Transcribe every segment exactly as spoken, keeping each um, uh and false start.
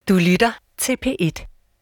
Du lytter til P et.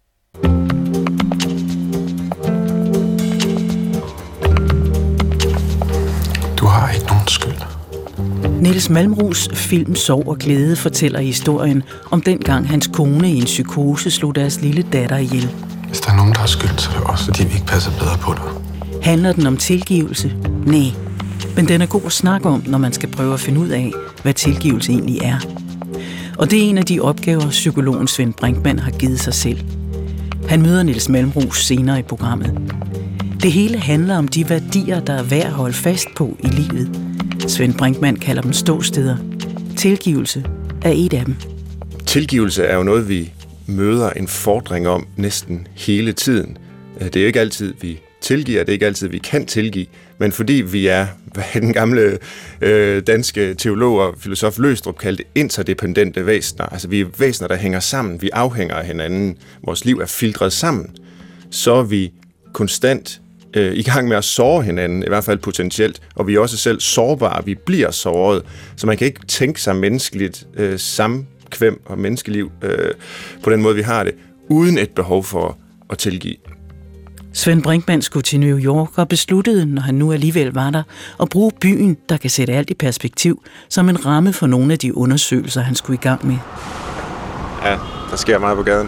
Du har ikke nogen skyld. Niels Malmros film Sorg og Glæde fortæller historien om dengang hans kone i en psykose slog deres lille datter ihjel. Hvis der er nogen, der har skyld, så er det også, fordi vi ikke passer bedre på dig. Handler den om tilgivelse? Nej. Men den er god at snakke om, når man skal prøve at finde ud af, hvad tilgivelse egentlig er. Og det er en af de opgaver, psykologen Svend Brinkmann har givet sig selv. Han møder Niels Malmros senere i programmet. Det hele handler om de værdier, der er værd at holde fast på i livet. Svend Brinkmann kalder dem ståsteder. Tilgivelse er et af dem. Tilgivelse er jo noget, vi møder en fordring om næsten hele tiden. Det er jo ikke altid, vi tilgiver, det er ikke altid, vi kan tilgive, men fordi vi er, hvad den gamle øh, danske teolog og filosof Løgstrup kaldte interdependente væsener, altså vi er væsener, der hænger sammen, vi afhænger af hinanden, vores liv er filtret sammen, så er vi konstant øh, i gang med at såre hinanden, i hvert fald potentielt, og vi er også selv sårbare, vi bliver såret, så man kan ikke tænke sig menneskeligt øh, samkvem og menneskeliv øh, på den måde, vi har det, uden et behov for at tilgive. Svend Brinkmann skulle til New York og besluttede, når han nu alligevel var der, at bruge byen, der kan sætte alt i perspektiv, som en ramme for nogle af de undersøgelser, han skulle i gang med. Ja, der sker meget på gaden.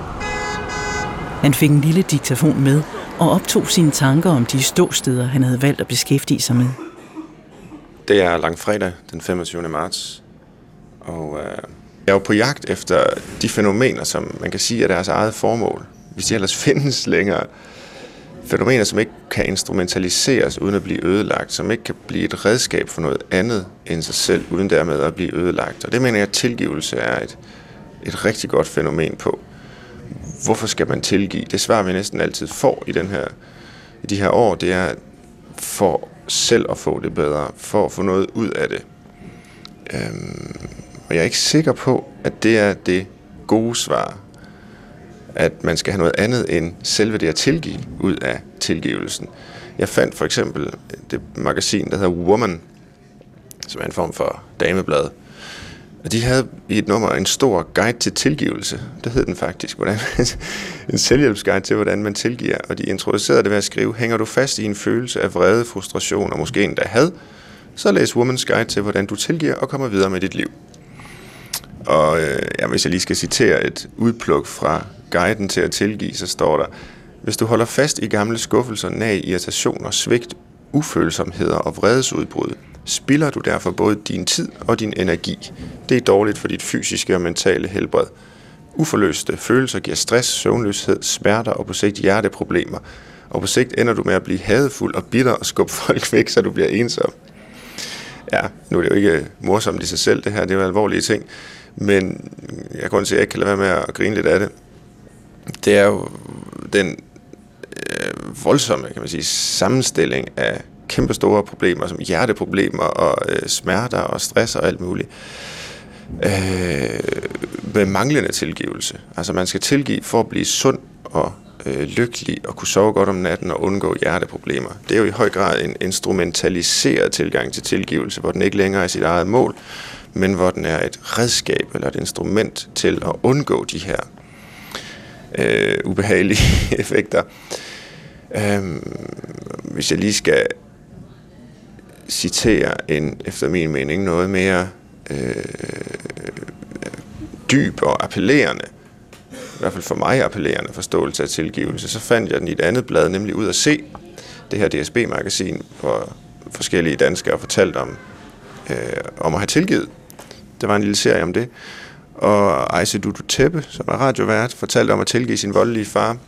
Han fik en lille diktafon med og optog sine tanker om de ståsteder, han havde valgt at beskæftige sig med. Det er langfredag, den femogtyvende marts, og øh, jeg er jo på jagt efter de fænomener, som man kan sige er deres eget formål, hvis de ellers findes længere. Fænomener, som ikke kan instrumentaliseres uden at blive ødelagt, som ikke kan blive et redskab for noget andet end sig selv, uden dermed at blive ødelagt. Og det mener jeg, at tilgivelse er et, et rigtig godt fænomen på. Hvorfor skal man tilgive? Det svar, vi næsten altid får i, den her, i de her år, det er for selv at få det bedre, for at få noget ud af det. Øhm, og jeg er ikke sikker på, at det er det gode svar, at man skal have noget andet end selve det at tilgive ud af tilgivelsen. Jeg fandt for eksempel det magasin, der hedder Woman, som er en form for dameblad. Og de havde i et nummer en stor guide til tilgivelse. Det hed den faktisk. Hvordan, en selvhjælpsguide til, hvordan man tilgiver. Og de introducerede det ved at skrive, hænger du fast i en følelse af vrede, frustration og måske endda had, så læs Woman's Guide til, hvordan du tilgiver og kommer videre med dit liv. Og øh, ja, hvis jeg lige skal citere et udpluk fra guiden til at tilgive, så står der, hvis du holder fast i gamle skuffelser, nag, irritationer, svigt, ufølsomheder og vredesudbrud, spilder du derfor både din tid og din energi. Det er dårligt for dit fysiske og mentale helbred. Uforløste følelser giver stress, søvnløshed, smerter og på sigt hjerteproblemer. Og på sigt ender du med at blive hadefuld og bitter og skubbe folk væk, så du bliver ensom. Ja, nu er det jo ikke morsomt i sig selv, det her, det er jo alvorlige ting. Men jeg kan se, at jeg ikke kan lade være med at grine lidt af det. Det er jo den øh, voldsomme, kan man sige, sammenstilling af kæmpe store problemer, som hjerteproblemer og øh, smerter og stress og alt muligt. Øh, med manglende tilgivelse. Altså man skal tilgive for at blive sund og øh, lykkelig og kunne sove godt om natten og undgå hjerteproblemer. Det er jo i høj grad en instrumentaliseret tilgang til tilgivelse, hvor den ikke længere er sit eget mål, men hvor den er et redskab eller et instrument til at undgå de her øh, ubehagelige effekter. Øh, hvis jeg lige skal citere en, efter min mening, noget mere øh, dyb og appellerende, i hvert fald for mig appellerende forståelse af tilgivelse, så fandt jeg den i et andet blad, nemlig Ud at se, det her D S B-magasin, hvor forskellige danskere fortalte om, øh, om at have tilgivet. Der var en lille serie om det. Og Aise Dudu Tepe, som er radiovært, fortalte om at tilgive sin voldelige far.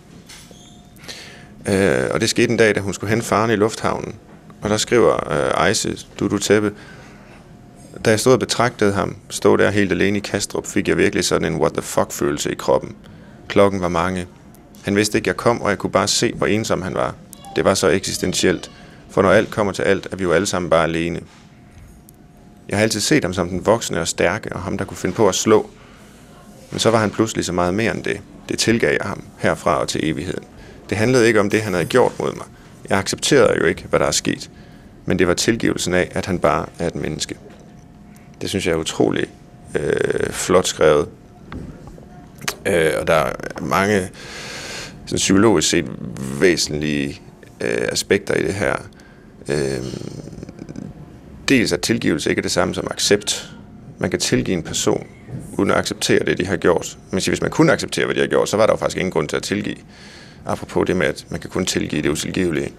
Øh, og det skete en dag, da hun skulle hente faren i lufthavnen. Og der skriver øh, Aise Dudu Tepe, da jeg stod og betragtede ham, stod der helt alene i Kastrup, fik jeg virkelig sådan en what the fuck følelse i kroppen. Klokken var mange. Han vidste ikke, jeg kom, og jeg kunne bare se, hvor ensom han var. Det var så eksistentielt, for når alt kommer til alt, er vi jo alle sammen bare alene. Jeg har altid set ham som den voksne og stærke, og ham, der kunne finde på at slå. Men så var han pludselig så meget mere end det. Det tilgav jeg ham, herfra og til evigheden. Det handlede ikke om det, han havde gjort mod mig. Jeg accepterede jo ikke, hvad der er sket. Men det var tilgivelsen af, at han bare er et menneske. Det synes jeg er utroligt øh, flot skrevet. Øh, og der er mange sådan, psykologisk set væsentlige øh, aspekter i det her. Øh, dels at tilgivelse ikke er det samme som accept. Man kan tilgive en person uden at acceptere det, de har gjort. Men hvis man kunne acceptere, hvad de har gjort, så var der jo faktisk ingen grund til at tilgive. Apropos det med, at man kan kun tilgive det utilgivelige.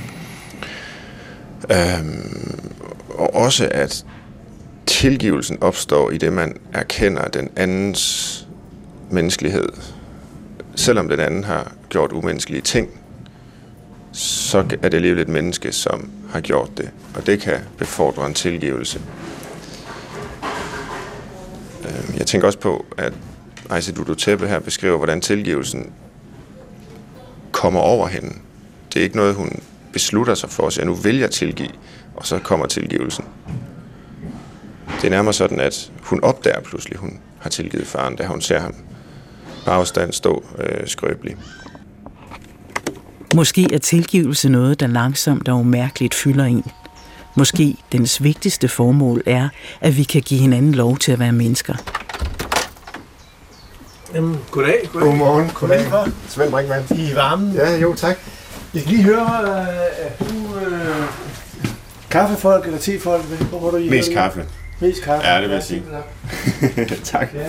Øhm, og også, at tilgivelsen opstår i det, man erkender den andens menneskelighed. Selvom den anden har gjort umenneskelige ting, så er det alligevel et menneske, som har gjort det. Og det kan befordre en tilgivelse. Jeg tænker også på, at Aissatou Tepe her beskriver, hvordan tilgivelsen kommer over hende. Det er ikke noget, hun beslutter sig for at sige, nu vil jeg tilgive, og så kommer tilgivelsen. Det er nærmere sådan, at hun opdager pludselig, hun har tilgivet faren, da hun ser ham på afstand stå øh, skrøbelig. Måske er tilgivelse noget, der langsomt og umærkeligt fylder en. Måske dens vigtigste formål er, at vi kan give hinanden lov til at være mennesker. Jamen, goddag. goddag. Godmorgen. Goddag. Svend Brinkmann. I varmen. Ja, jo, tak. Jeg kan lige høre, at du øh, kaffefolk eller tefolk? Hvor var du i? Mest kaffe. Mest kaffe. Ja, det vil jeg sige. Tak. Ja.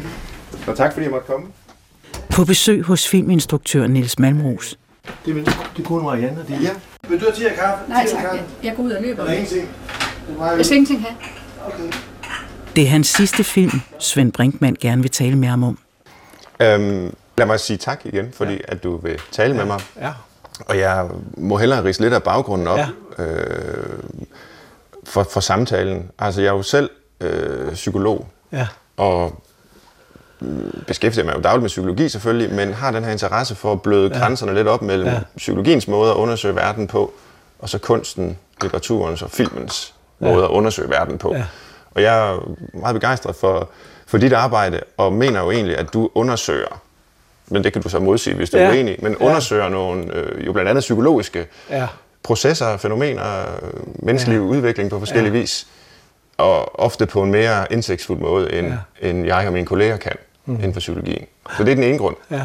Og tak, fordi jeg måtte komme. På besøg hos filminstruktør Niels Malmros. Det er det kunne Marianne, det er. Ja. Vil du have te og kaffe? Nej tak, jeg, jeg går ud og løber. Eller ingenting? Jeg skal ingenting have. Okay. Det er hans sidste film, Svend Brinkmann gerne vil tale med ham om. Øhm, lad mig sige tak igen, fordi ja. at du vil tale ja. med mig. Ja. Og jeg må hellere ridse lidt af baggrunden op ja. øh, for, for samtalen. Altså, jeg er jo selv øh, psykolog, ja. og beskæftiger mig jo dagligt med psykologi selvfølgelig, men har den her interesse for at bløde ja. grænserne lidt op mellem ja. psykologiens måde at undersøge verden på, og så kunsten, litteraturens og filmens ja. måde at undersøge verden på. Ja. Og jeg er meget begejstret for, for dit arbejde, og mener jo egentlig, at du undersøger, men det kan du så modsige, hvis du ja. er uenig, men ja. undersøger nogle øh, jo blandt andet psykologiske ja. processer, fænomener, menneskelig ja. udvikling på forskellige ja. vis, og ofte på en mere indsigtsfuld måde, end, ja. end jeg og mine kolleger kan mm. inden for psykologien. Så det er den ene grund. Ja.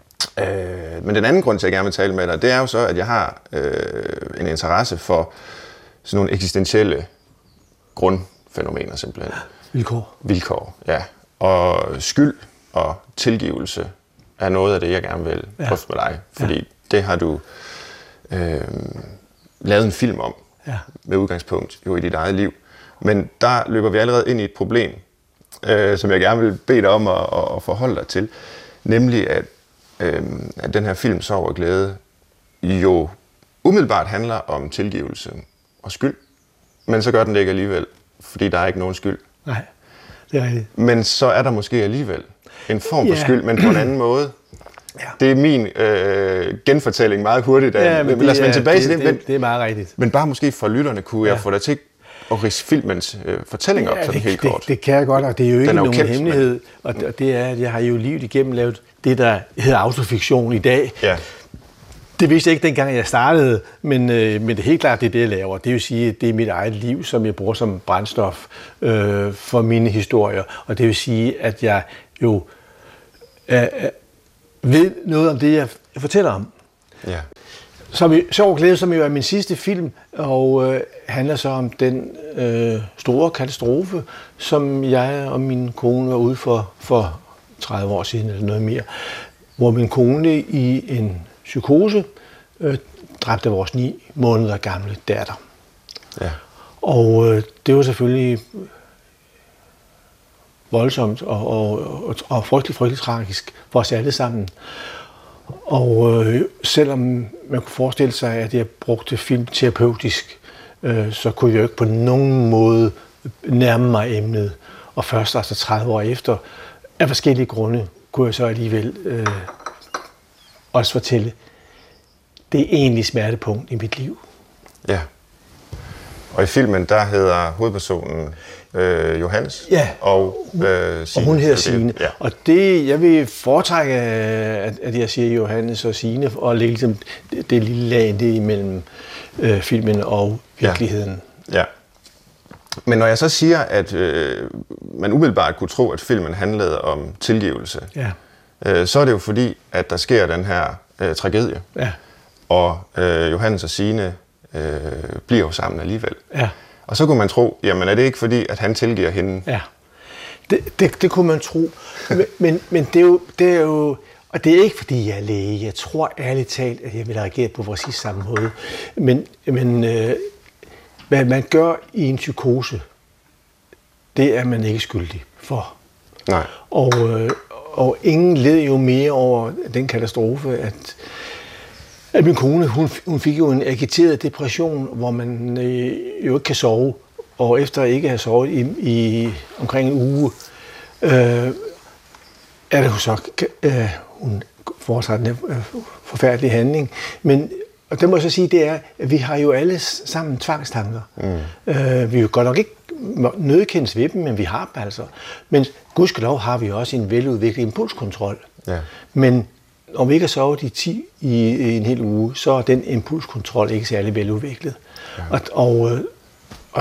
Øh, men den anden grund til, at jeg gerne vil tale med dig, det er jo så, at jeg har øh, en interesse for sådan nogle eksistentielle grundfænomener simpelthen. Vilkår. Vilkår, ja. Og skyld og tilgivelse er noget af det, jeg gerne vil ja. drøfte med dig. Fordi ja. det har du øh, lavet en film om, ja. med udgangspunkt jo i dit eget liv. Men der løber vi allerede ind i et problem, øh, som jeg gerne vil bede dig om at, at forholde dig til. Nemlig, at, øh, at den her film, Sorg og Glæde, jo umiddelbart handler om tilgivelse og skyld. Men så gør den det ikke alligevel, fordi der er ikke nogen skyld. Nej, det er rigtigt. Men så er der måske alligevel en form for ja. skyld, men på en anden måde. Ja. Det er min øh, genfortælling meget hurtigt. Ja, men lad os vende tilbage til det. Det, det, det er meget rigtigt. Men bare måske for lytterne kunne ja. jeg få dig til at ridse filmens øh, fortælling op, ja, sådan det, helt det, kort. Det kan jeg godt, og det er jo ikke er jo nogen kendt, hemmelighed. Og det, og det er, at jeg har jo livet igennem lavet det, der hedder autofiktion i dag. Ja. Det vidste jeg ikke dengang, jeg startede, men, øh, men det er helt klart, det er det, jeg laver. Det vil sige, at det er mit eget liv, som jeg bruger som brændstof øh, for mine historier. Og det vil sige, at jeg jo øh, ved noget om det, jeg fortæller om. Ja. Som Sorg og Glæde, som jo er min sidste film, og øh, handler så om den øh, store katastrofe, som jeg og min kone var ude for for tredive år siden, eller noget mere. Hvor min kone i en psykose øh, dræbte vores ni måneder gamle datter. Ja. Og øh, det var selvfølgelig voldsomt og, og, og, og frygtelig, frygtelig tragisk for os alle sammen. Og øh, selvom man kunne forestille sig, at jeg brugte film terapeutisk, øh, så kunne jeg jo ikke på nogen måde nærme mig emnet. Og først altså tredive år efter, af forskellige grunde, kunne jeg så alligevel øh, også fortælle det egentlige smertepunkt i mit liv. Ja. Og i filmen, der hedder hovedpersonen øh, Johannes, ja. og øh, Signe. Og hun hedder Signe. Ja. Og det, jeg vil foretrække, at, at jeg siger Johannes og Signe, og lægge ligesom det, det lille lag det imellem øh, filmen og virkeligheden. Ja. ja. Men når jeg så siger, at øh, man umiddelbart kunne tro, at filmen handlede om tilgivelse, ja. øh, så er det jo fordi, at der sker den her øh, tragedie. Ja. Og øh, Johannes og Signe øh, bliver jo sammen alligevel. Ja. Og så kunne man tro, jamen er det ikke fordi, at han tilgiver hende? Ja, det, det, det kunne man tro. Men, men, men det, er jo, det er jo... Og det er ikke, fordi jeg er læge. Jeg tror ærligt talt, at jeg vil reagere på præcis samme måde. Men, men øh, hvad man gør i en psykose, det er man ikke skyldig for. Nej. Og, øh, og ingen led jo mere over den katastrofe, at, at min kone, hun, hun fik jo en agiteret depression, hvor man øh, jo ikke kan sove. Og efter ikke at have sovet i, i omkring en uge, øh, er det jo så, øh, hun foretager den øh, forfærdelige handling. Men og det må jeg så sige, det er, at vi har jo alle sammen tvangstanker. Mm. Øh, vi er jo godt nok ikke nødkendes ved dem, men vi har dem altså. Men gudskelov har vi også en veludviklet impulskontrol. Ja. Men om vi ikke har sovet i ti i, i en hel uge, så er den impulskontrol ikke særlig veludviklet. Ja. Og, og, og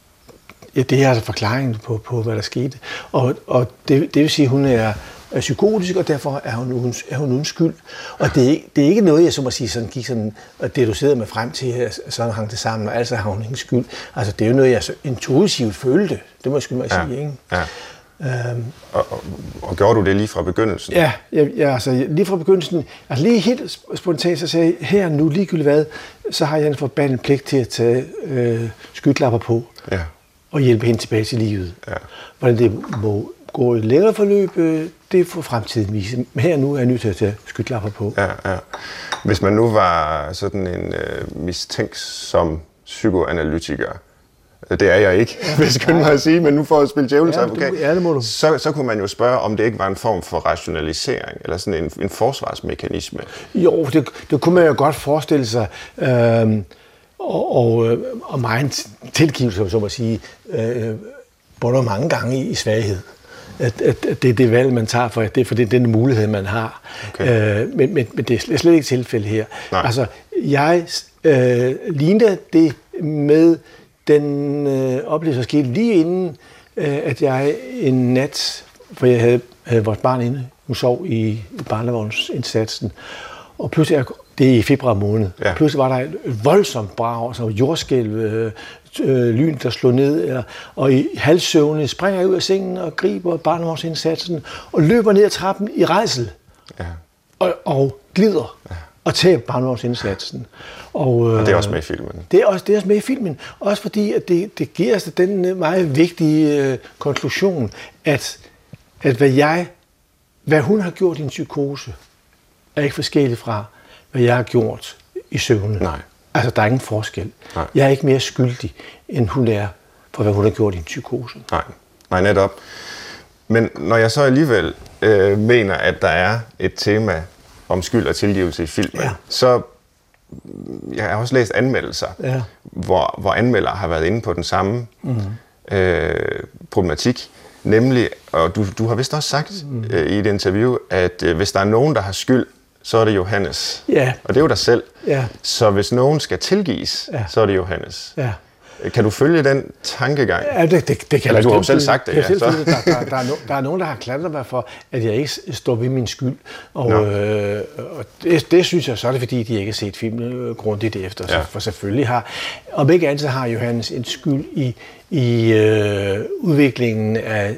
ja, det er altså forklaringen på, på, hvad der skete. Og, og det, det vil sige, at hun er er psykotisk, og derfor er hun uden, er hun uden skyld. Og det er, det er ikke noget, jeg så må sige, sådan gik sådan, og deducerede mig frem til, at sådan hang det sammen, og altså har hun ingen skyld. Altså, det er jo noget, jeg så intuitivt følte. Det må jeg skylde mig at ja. sige, ikke? Ja. Øhm, og, og, og gjorde du det lige fra begyndelsen? Ja, jeg, jeg, altså lige fra begyndelsen, altså lige helt spontant, så sagde jeg, her nu ligegyldigt hvad, så har jeg en forbandet pligt til at tage øh, skyklapper på, ja. Og hjælpe hende tilbage til livet. Ja. Hvordan det må gå i længere forløb, det får fremtiden vise. Men her nu er jeg nødt til at tage skyklapper på. Ja, ja. Hvis man nu var sådan en øh, mistænksom psykoanalytiker, det er jeg ikke, ja, hvis jeg kunne mig at sige, men nu for at spille djævelens advokat, ja, det må du. Så, så kunne man jo spørge, om det ikke var en form for rationalisering, eller sådan en, en forsvarsmekanisme. Jo, det, det kunne man jo godt forestille sig. Øhm, og, og, og meget tilgivelse, som at sige, øh, bunder mange gange i, i svaghed. At, at, at det er det valg, man tager, for det, for det er den mulighed, man har. Okay. Øh, men, men, men det er slet ikke tilfælde her. Nej. Altså, jeg øh, ligner det med den øh, oplevelse, der skete lige inden, øh, at jeg en nat, for jeg havde, havde vores barn inde, hun sov i, i barnevognsindsatsen, og pludselig, det er i februar måned, ja. Pludselig var der et voldsomt brag, så jordskælv, øh, øh, lyn, der slog ned, eller, og i halvsøvne springer jeg ud af sengen og griber barnevognsindsatsen, og løber ned ad trappen i rædsel, ja. og, og glider, ja. Og tager barnevognsindsatsen. Og, og det er også med i filmen. Det er også, det er også med i filmen. Også fordi, at det, det giver os den meget vigtige øh, konklusion, at, at hvad, jeg, hvad hun har gjort i en psykose, er ikke forskelligt fra, hvad jeg har gjort i søvne. Nej. Altså, der er ingen forskel. Nej. Jeg er ikke mere skyldig, end hun er, for hvad hun har gjort i en psykose. Nej, Nej netop. Men når jeg så alligevel øh, mener, at der er et tema om skyld og tilgivelse i filmen, ja. Så jeg har også læst anmeldelser, ja. hvor, hvor anmeldere har været inde på den samme mm. øh, problematik, nemlig, og du, du har vist også sagt mm. øh, i et interview, at øh, hvis der er nogen, der har skyld, så er det Johannes. Ja. Og det er jo dig selv. Ja. Så hvis nogen skal tilgives, ja. Så er det Johannes. Ja. Kan du følge den tankegang? Ja, det, det, det kan Eller du har jo selv sagt det. Ja, så. Der, der, der, er no, der er nogen, der har klandret mig for, at jeg ikke står ved min skyld. Og, no. øh, og det, det synes jeg, så er det fordi, de ikke har set filmen grundigt efter. Ja. For selvfølgelig har, om ikke andet, så har Johannes en skyld i, i øh, udviklingen af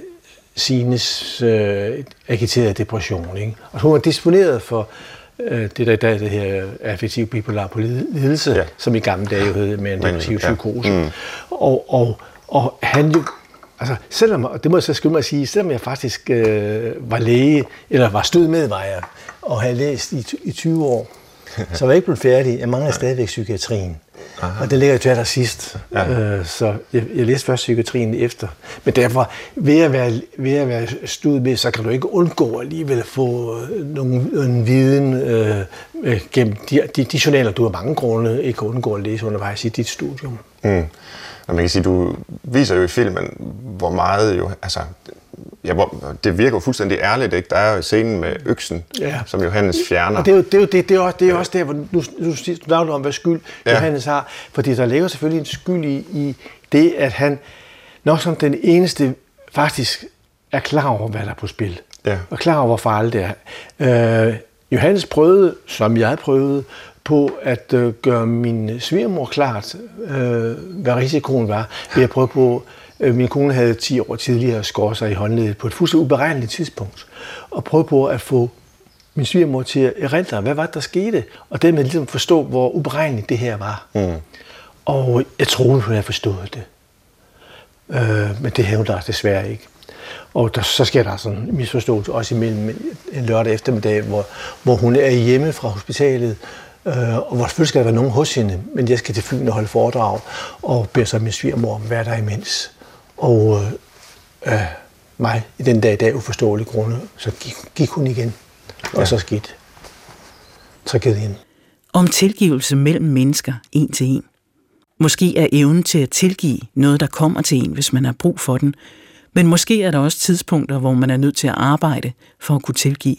Signes øh, agiterede depression. Ikke? Og hun var disponeret for det der i dag, det her affektiv bipolar lidelse, ja. Som i gamle dage jo hed med en depressiv ja. Psykose. Mm. Og, og, og han jo, altså selvom, og det må jeg så skynde mig at sige, selvom jeg faktisk øh, var læge, eller var stød med, var jeg, og havde læst i, i tyve år, så var jeg ikke blevet færdig. Jeg mangler stadigvæk psykiatrien. Aha. Og det ligger jo til der sidst. Ja. Øh, så jeg, jeg læste først psykiatrien efter. Men derfor, ved at være, ved at være stud med, så kan du ikke undgå alligevel at få nogle, en viden øh, gennem de, de, de journaler, du har mange grunde ikke kan undgå at læse undervejs i dit studium. Mm. Og man kan sige, du viser jo i filmen, hvor meget jo, altså, ja, hvor, det virker jo fuldstændig ærligt, ikke? Der er jo scenen med øksen, ja. Som Johannes fjerner. Og det er jo, det er jo, det, det er også, det er også der, hvor nu, nu, nu snakker du om, hvad skyld ja. Johannes har, fordi der ligger selvfølgelig en skyld i, i det, at han nok som den eneste faktisk er klar over, hvad der er på spil. Ja. Og klar over, hvor farligt det er. Øh, Johannes prøvede, som jeg prøvede, på at øh, gøre min svigermor klart, øh, hvad risikoen var. Jeg prøvede på, øh, min kone havde ti år tidligere skåret sig i håndledet på et fuldstændig uberegneligt tidspunkt, og prøvede på at få min svigermor til at erindre, hvad var det, der skete, og dermed ligesom forstå, hvor uberegneligt det her var. Mm. Og jeg troede, hun havde forstået det. Øh, men det havde hun da desværre ikke. Og der, så sker der sådan en misforståelse også imellem en lørdag eftermiddag, hvor, hvor hun er hjemme fra hospitalet, øh, og hvor selvfølgelig skal der være nogen hos hende, men jeg skal til Fyn og holde foredrag, og beder så min svigermor om, hvad er der imens. Og øh, mig i den dag i dag uforståelige grunde, så gik, gik hun igen, og ja. Så skete tragedien. Om tilgivelse mellem mennesker, en til en. Måske er evnen til at tilgive noget, der kommer til en, hvis man har brug for den, men måske er der også tidspunkter, hvor man er nødt til at arbejde for at kunne tilgive.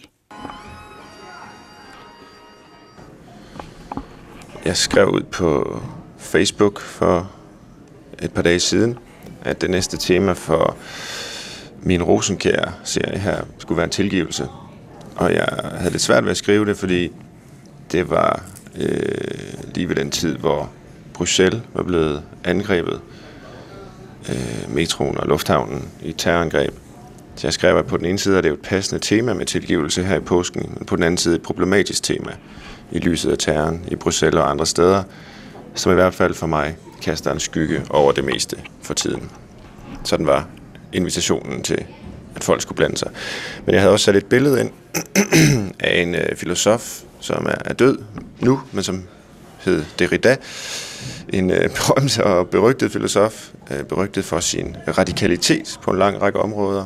Jeg skrev ud på Facebook for et par dage siden, at det næste tema for min Rosenkjær-serie her skulle være en tilgivelse. Og jeg havde lidt svært ved at skrive det, fordi det var øh, lige ved den tid, hvor Bruxelles var blevet angrebet, øh, metroen og lufthavnen i terrorangreb. Så jeg skrev, at på den ene side er det jo et passende tema med tilgivelse her i påsken, men på den anden side et problematisk tema i lyset af terroren i Bruxelles og andre steder, som i hvert fald for mig kaster en skygge over det meste for tiden. Sådan var invitationen til, at folk skulle blande sig. Men jeg havde også sat et billede ind af en øh, filosof, som er, er død nu, men som hed Derrida. En øh, berømt og berygtet filosof, øh, berygtet for sin radikalitet på en lang række områder.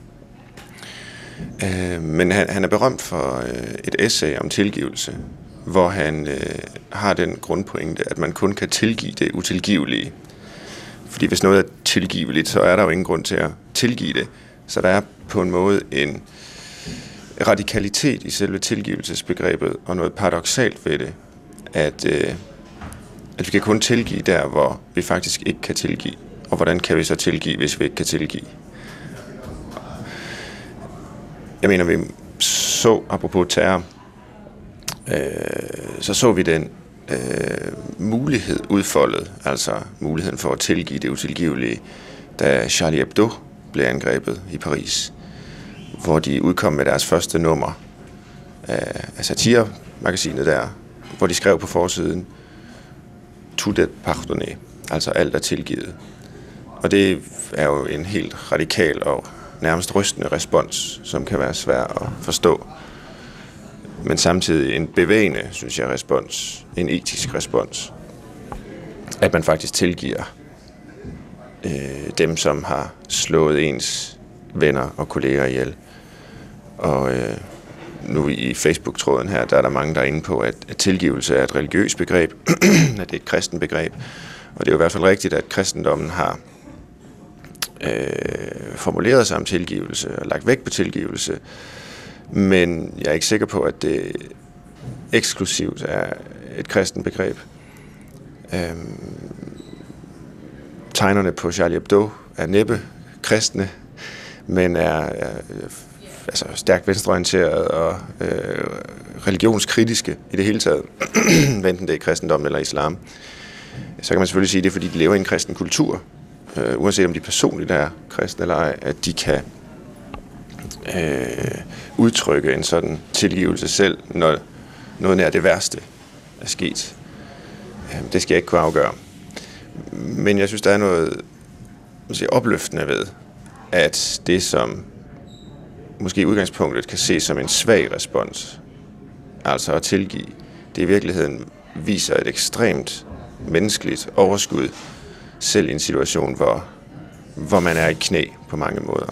Øh, men han, han er berømt for øh, et essay om tilgivelse, hvor han øh, har den grundpointe, at man kun kan tilgive det utilgivelige. Fordi hvis noget er tilgiveligt, så er der jo ingen grund til at tilgive det. Så der er på en måde en radikalitet i selve tilgivelsesbegrebet, og noget paradoksalt ved det, at, øh, at vi kan kun tilgive der, hvor vi faktisk ikke kan tilgive. Og hvordan kan vi så tilgive, hvis vi ikke kan tilgive? Jeg mener, vi så, apropos terror, øh, så så vi den øh, mulighed udfoldet, altså muligheden for at tilgive det utilgivelige, da Charlie Hebdo blev angrebet i Paris, hvor de udkom med deres første nummer af, af satiremagasinet der, hvor de skrev på forsiden, tout est pardonné, altså alt er tilgivet. Og det er jo en helt radikal og nærmest rystende respons, som kan være svær at forstå. Men samtidig en bevægende, synes jeg, respons, en etisk respons, at man faktisk tilgiver øh, dem, som har slået ens venner og kolleger ihjel. Og øh, nu i Facebook-tråden her, der er der mange, der er inde på, at, at tilgivelse er et religiøst begreb, at det er et kristent begreb. Og det er jo i hvert fald rigtigt, at kristendommen har øh, formuleret sig om tilgivelse og lagt vægt på tilgivelse. Men jeg er ikke sikker på, at det eksklusivt er et kristent begreb. Øhm, tegnerne på Charlie Hebdo er næppe kristne, men er, er altså stærkt venstreorienteret og øh, religionskritiske i det hele taget, enten det er kristendom eller islam. Så kan man selvfølgelig sige, at det er, fordi de lever i en kristen kultur, øh, uanset om de personligt er kristne eller ej, at de kan øh, udtrykke en sådan tilgivelse selv, når noget nær det værste er sket. Øh, det skal jeg ikke kunne afgøre. Men jeg synes, der er noget måske opløftende ved, at det, som måske i udgangspunktet kan ses som en svag respons, altså at tilgive, det i virkeligheden viser et ekstremt menneskeligt overskud, selv i en situation, hvor, hvor man er i knæ på mange måder.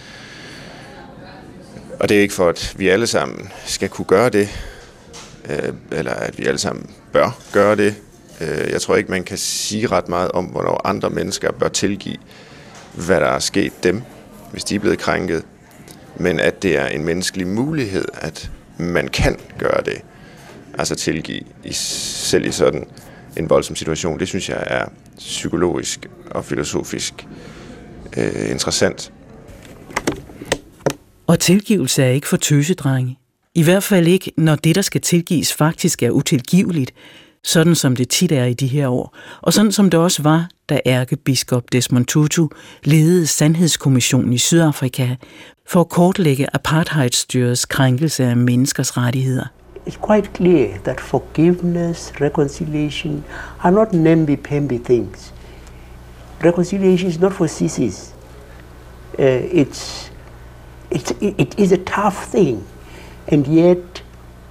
Og det er ikke for, at vi alle sammen skal kunne gøre det, øh, eller at vi alle sammen bør gøre det. Øh, jeg tror ikke, man kan sige ret meget om, hvornår andre mennesker bør tilgive, hvad der er sket dem, hvis de er blevet krænket. Men at det er en menneskelig mulighed, at man kan gøre det, altså tilgive, i, selv i sådan en voldsom situation, det synes jeg er psykologisk og filosofisk øh, interessant. Og tilgivelse er ikke for tøsedrenge. I hvert fald ikke, når det, der skal tilgives, faktisk er utilgiveligt, sådan som det tit er i de her år, og sådan som det også var, da ærkebiskop Desmond Tutu ledede Sandhedskommissionen i Sydafrika for at kortlægge apartheidstyrets krænkelse af menneskers rettigheder. It's quite clear that forgiveness, reconciliation are not namby-pamby things. Reconciliation is not for sissies. Uh, it's, it's, it is a tough thing, and yet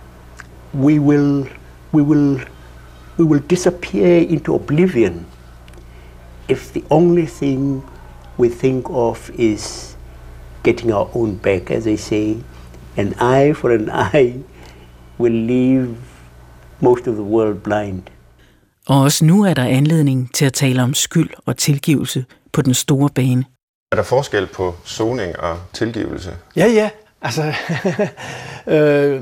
we will, we will, we will disappear into oblivion if the only thing we think of is getting our own back, as they say. An eye for an eye will leave most of the world blind. Og også nu er der anledning til at tale om skyld og tilgivelse på den store bane. Er der forskel på soning og tilgivelse? Ja, ja. Altså, øh,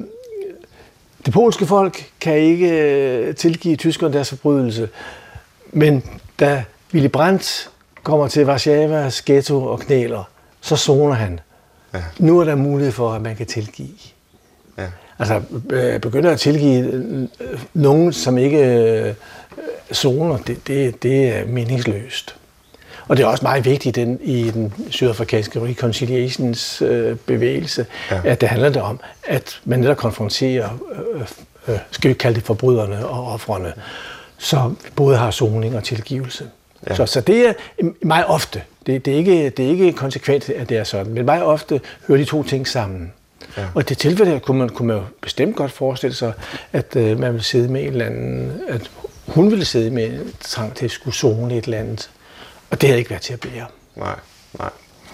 det polske folk kan ikke tilgive tyskerne deres forbrydelse. Men da Willy Brandt kommer til Warszawas ghetto og knæler, så soner han. Ja. Nu er der mulighed for, at man kan tilgive. Ja. Altså, begynder at tilgive nogen, som ikke soner, det, det, det er meningsløst. Og det er også meget vigtigt den, i den sydafrikanske reconciliations øh, bevægelse, ja. At det handler om, at man netop konfronterer, øh, øh, skal vi kalde det forbryderne og ofrene, så vi både har soning og tilgivelse. Ja. Så, så det er meget ofte, det, det, er ikke, det er ikke konsekvent, at det er sådan, men meget ofte hører de to ting sammen. Ja. Og i det tilfælde her kunne man, kunne man jo bestemt godt forestille sig, at øh, man ville sidde med en eller anden, at hun ville sidde med en trang til at skulle zone et eller andet. Og det havde ikke været til at bære. Nej, nej.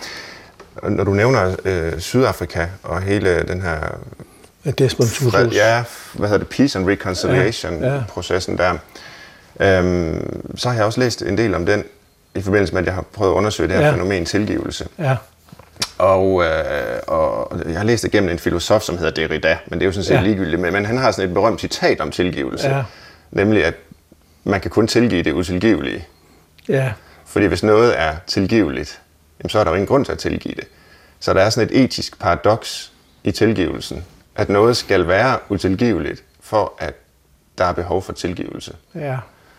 Når du nævner øh, Sydafrika og hele den her... Desmond Tutu. Ja, hvad hedder det? Peace and Reconciliation-processen ja, ja. der. Øhm, så har jeg også læst en del om den, i forbindelse med, at jeg har prøvet at undersøge det her ja. fænomen tilgivelse. Ja. Og, øh, og jeg har læst det gennem en filosof, som hedder Derrida, men det er jo sådan set ja. ligegyldigt. Men, men han har sådan et berømt citat om tilgivelse, ja. nemlig at man kan kun tilgive det utilgivelige. Ja. Fordi hvis noget er tilgiveligt, jamen, så er der jo ingen grund til at tilgive det. Så der er sådan et etisk paradoks i tilgivelsen, at noget skal være utilgiveligt, for at der er behov for tilgivelse. Ja.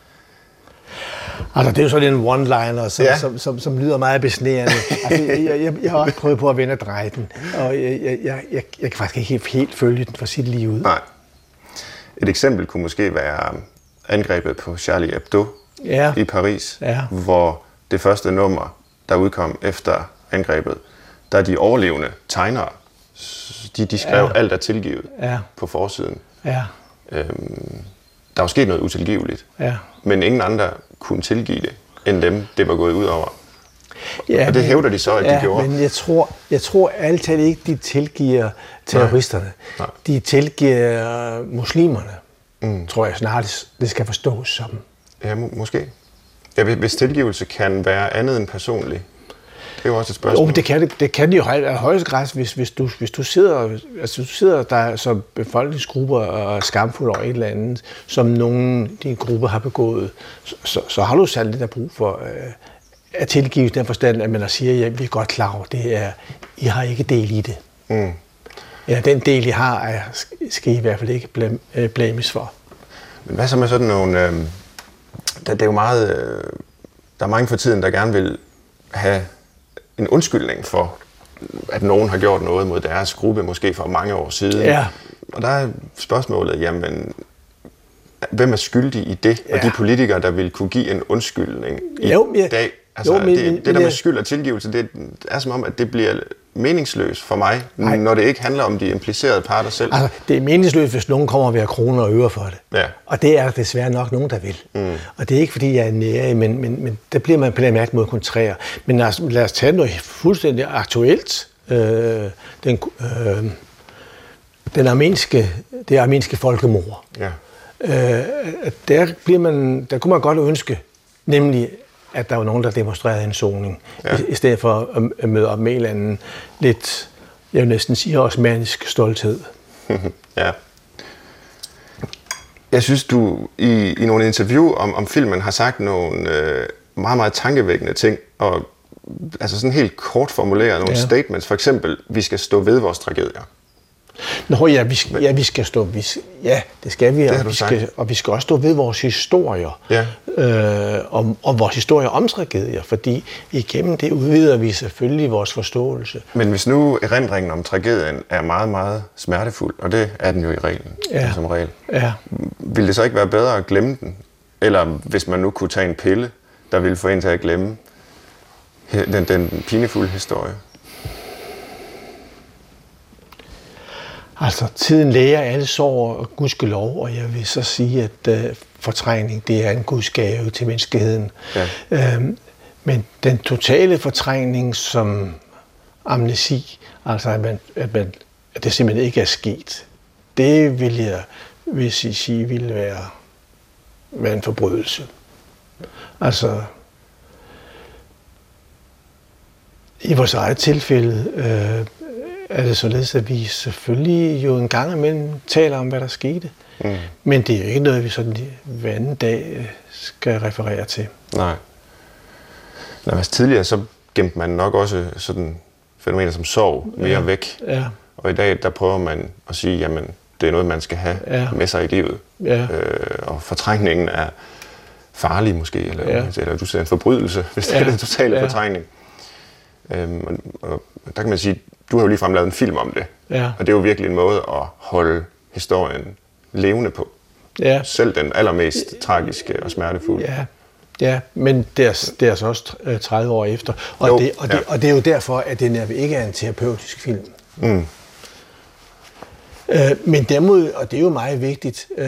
Altså, det er jo sådan en one-liner, som, ja. som, som, som lyder meget besnærende. Altså, jeg, jeg, jeg har også prøvet på at vende og dreje den, og jeg, jeg, jeg, jeg, jeg kan faktisk ikke helt, helt følge den for sit liv ud. Nej. Et eksempel kunne måske være angrebet på Charlie Hebdo ja. i Paris, ja. hvor det første nummer, der udkom efter angrebet, der er de overlevende tegnere, de, de skrev ja. alt er tilgivet ja. på forsiden. Ja. Øhm, der var sket noget utilgiveligt, ja. men ingen andre kunne tilgive det, end dem, det var gået ud over. Ja, og det hævder de så, at ja, de gjorde. Men jeg tror, jeg tror altid ikke, de tilgiver terroristerne. Nej. Nej. De tilgiver muslimerne, mm. tror jeg snart, det skal forstås som. Ja, må, måske. Ja, hvis tilgivelse kan være andet end personlig. Det er jo også et spørgsmål. Jo, det kan det, det kan det jo i højeste grad, hvis, hvis, du, hvis du sidder, altså, du sidder der som befolkningsgrupper og er skamfuld over et eller andet, som nogle af dine grupper har begået, så, så, så har du særligt der brug for øh, at tilgive den forstand, at man siger, at vi er godt klar over, det er, I har ikke del i det. Mm. Ja, den del, I har, er, skal I i hvert fald ikke blam, øh, blames for. Men hvad så med sådan nogle... Øh, der, det er jo meget... Øh, der er mange for tiden, der gerne vil have en undskyldning for, at nogen har gjort noget mod deres gruppe, måske for mange år siden. Ja. Og der er spørgsmålet, jamen, hvem er skyldig i det? Ja. Og de politikere, der vil kunne give en undskyldning i jo, ja. dag. Altså, jo, men, det, det der med skyld og tilgivelse, det er som om, at det bliver meningsløst for mig, nej. når det ikke handler om de implicerede parter selv. Altså, det er meningsløst, hvis nogen kommer ved at kroner og øre for det. Ja. Og det er desværre nok nogen, der vil. Mm. Og det er ikke, fordi jeg er nære, men, men, men der bliver man på den mærke måde kontrær. Men lad os, lad os tage noget fuldstændig aktuelt. Øh, den, øh, den armenske, det armenske folkemord. Ja. Øh, der, bliver man, der kunne man godt ønske, nemlig at der var nogen, der demonstrerede en soning, ja. i, i stedet for at, at møde op med en eller anden lidt, jeg vil næsten sige, osmannisk stolthed. Ja. Jeg synes, du i, i nogle interview om, om filmen har sagt nogle øh, meget, meget tankevækkende ting, og altså sådan helt kort formuleret nogle Ja. statements. For eksempel, vi skal stå ved vores tragedier. Nå ja, vi skal, ja, vi skal stå, vi, ja, det skal vi, har og du vi, sagt. skal, og vi skal også stå ved vores historier, Ja. øh, om, om vores historier om tragedier, fordi igennem det udvider vi selvfølgelig vores forståelse. Men hvis nu erindringen om tragedien er meget, meget smertefuld, og det er den jo i reglen, Ja. som regel, Ja. ville det så ikke være bedre at glemme den? Eller hvis man nu kunne tage en pille, der ville få en til at glemme he- den, den pinefulde historie? Altså, tiden læger alle sår og gudskelov, og jeg vil så sige, at uh, fortrængning, det er en gudsgave til menneskeheden. Ja. Øhm, men den totale fortrængning som amnesi, altså at, man, at, man, at det simpelthen ikke er sket, det vil jeg, hvis I sige, ville være, være en forbrydelse. Altså, i vores eget tilfælde øh, er det således, at vi selvfølgelig jo en gang imellem taler om, hvad der skete. Mm. Men det er jo ikke noget, vi sådan hver anden dag øh, skal referere til. Nej. Nå, altså tidligere så gemte man nok også sådan fænomener som sorg mere Ja. væk. Ja, Og i dag, der prøver man at sige, jamen, det er noget, man skal have Ja. med sig i livet. ja, Øh, og fortrængningen er farlig måske, eller, Ja. eller du siger en forbrydelse, hvis det Ja. er den totale Ja. fortrængning. Øhm, og, og der kan man sige, du har jo ligefrem lavet en film om det. ja, Og det er jo virkelig en måde at holde historien levende på. ja, Selv den allermest tragiske og smertefulde. ja. Ja, men det er, det er så også øh, tredive år efter. Og, Jo, det, og, det, ja. og det er jo derfor, at det netop ikke er en terapeutisk film. Mm. Øh, men derimod, og det er jo meget vigtigt, øh,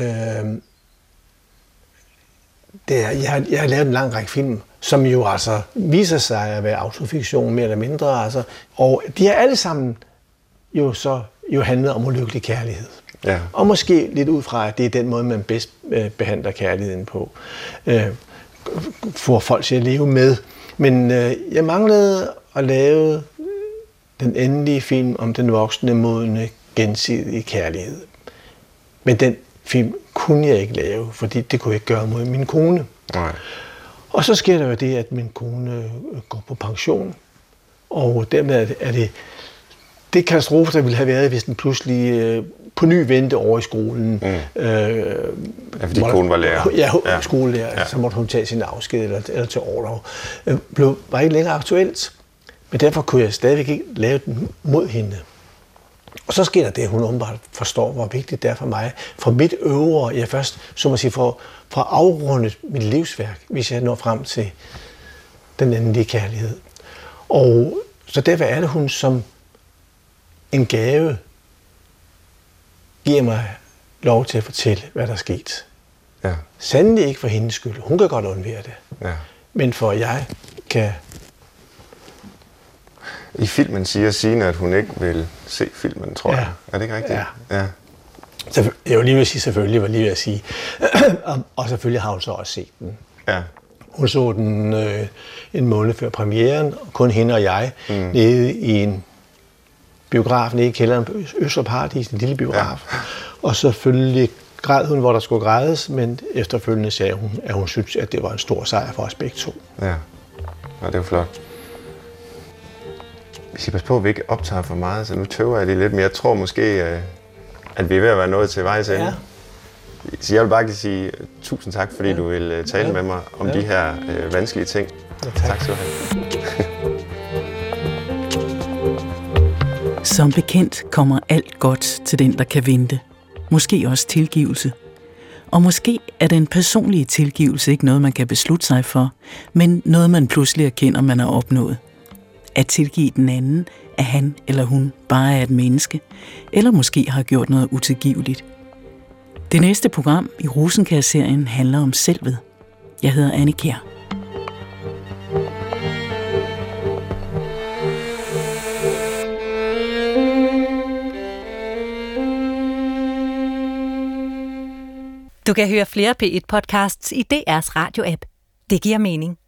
det er, jeg, har, jeg har lavet en lang række film, som jo altså viser sig at være autofiktion, mere eller mindre. Altså, og de har alle sammen jo så jo handlet om ulykkelig kærlighed. Ja. Og måske lidt ud fra, at det er den måde, man bedst øh, behandler kærligheden på. Øh, får folk til at leve med. Men øh, jeg manglede at lave den endelige film om den voksne, modne, gensidige kærlighed. Men den film kunne jeg ikke lave, fordi det kunne jeg ikke gøre mod min kone. Nej. Og så sker der jo det, at min kone går på pension, og dermed er det, er det, det katastrofe, der ville have været, hvis den pludselig øh, på ny vendte over i skolen. Mm. Øh, Ja, fordi konen var lærer. Ja, Ja. skolelærer, Ja. så måtte hun tage sin afsked eller, eller til orlov. Øh, blev, var ikke længere aktuelt, men derfor kunne jeg stadigvæk ikke lave den mod hende. Og så sker der det, at hun åbenbart forstår, hvor vigtigt det er for mig. For mit øvre, jeg først, så må sige, for, for at afrunde mit livsværk, hvis jeg når frem til den endelige kærlighed. Og så derfor er det, hun som en gave giver mig lov til at fortælle, hvad der er sket. Ja. Sandelig ikke for hendes skyld. Hun kan godt undvære det. Ja. Men for at jeg kan... I filmen siger Signe, at hun ikke vil se filmen, tror Ja. jeg. Er det ikke rigtigt? Ja. Ja. Selvfø- Jeg vil lige vil sige selvfølgelig, var lige ved at sige. og, og selvfølgelig har hun så også set den. Ja. Hun så den øh, en måned før premieren, og kun hende og jeg, mm. nede i en biograf nede i kælderen på Østre Paradis, en lille biograf. Ja. Og selvfølgelig græd hun, hvor der skulle grædes, men efterfølgende sagde hun, at hun synes, at det var en stor sejr for os begge to. Ja. Og det er jo flot. Vi skal passe på, at vi ikke optager for meget, så nu tøver jeg lige lidt, men jeg tror måske, at vi er ved at være nået til vejs ende. Ja. Så jeg vil bare sige tusind tak, fordi ja. du vil tale Ja. med mig om Ja. de her øh, vanskelige ting. Ja, tak. Tak skal du have. Som bekendt kommer alt godt til den, der kan vente. Måske også tilgivelse. Og måske er den personlige tilgivelse ikke noget, man kan beslutte sig for, men noget, man pludselig erkender, man har opnået. At tilgive den anden, at han eller hun bare er et menneske, eller måske har gjort noget utilgiveligt. Det næste program i Rosenkjær-serien handler om selvet. Jeg hedder Anne Kjær. Du kan høre flere P et podcasts i D R's radio-app. Det giver mening.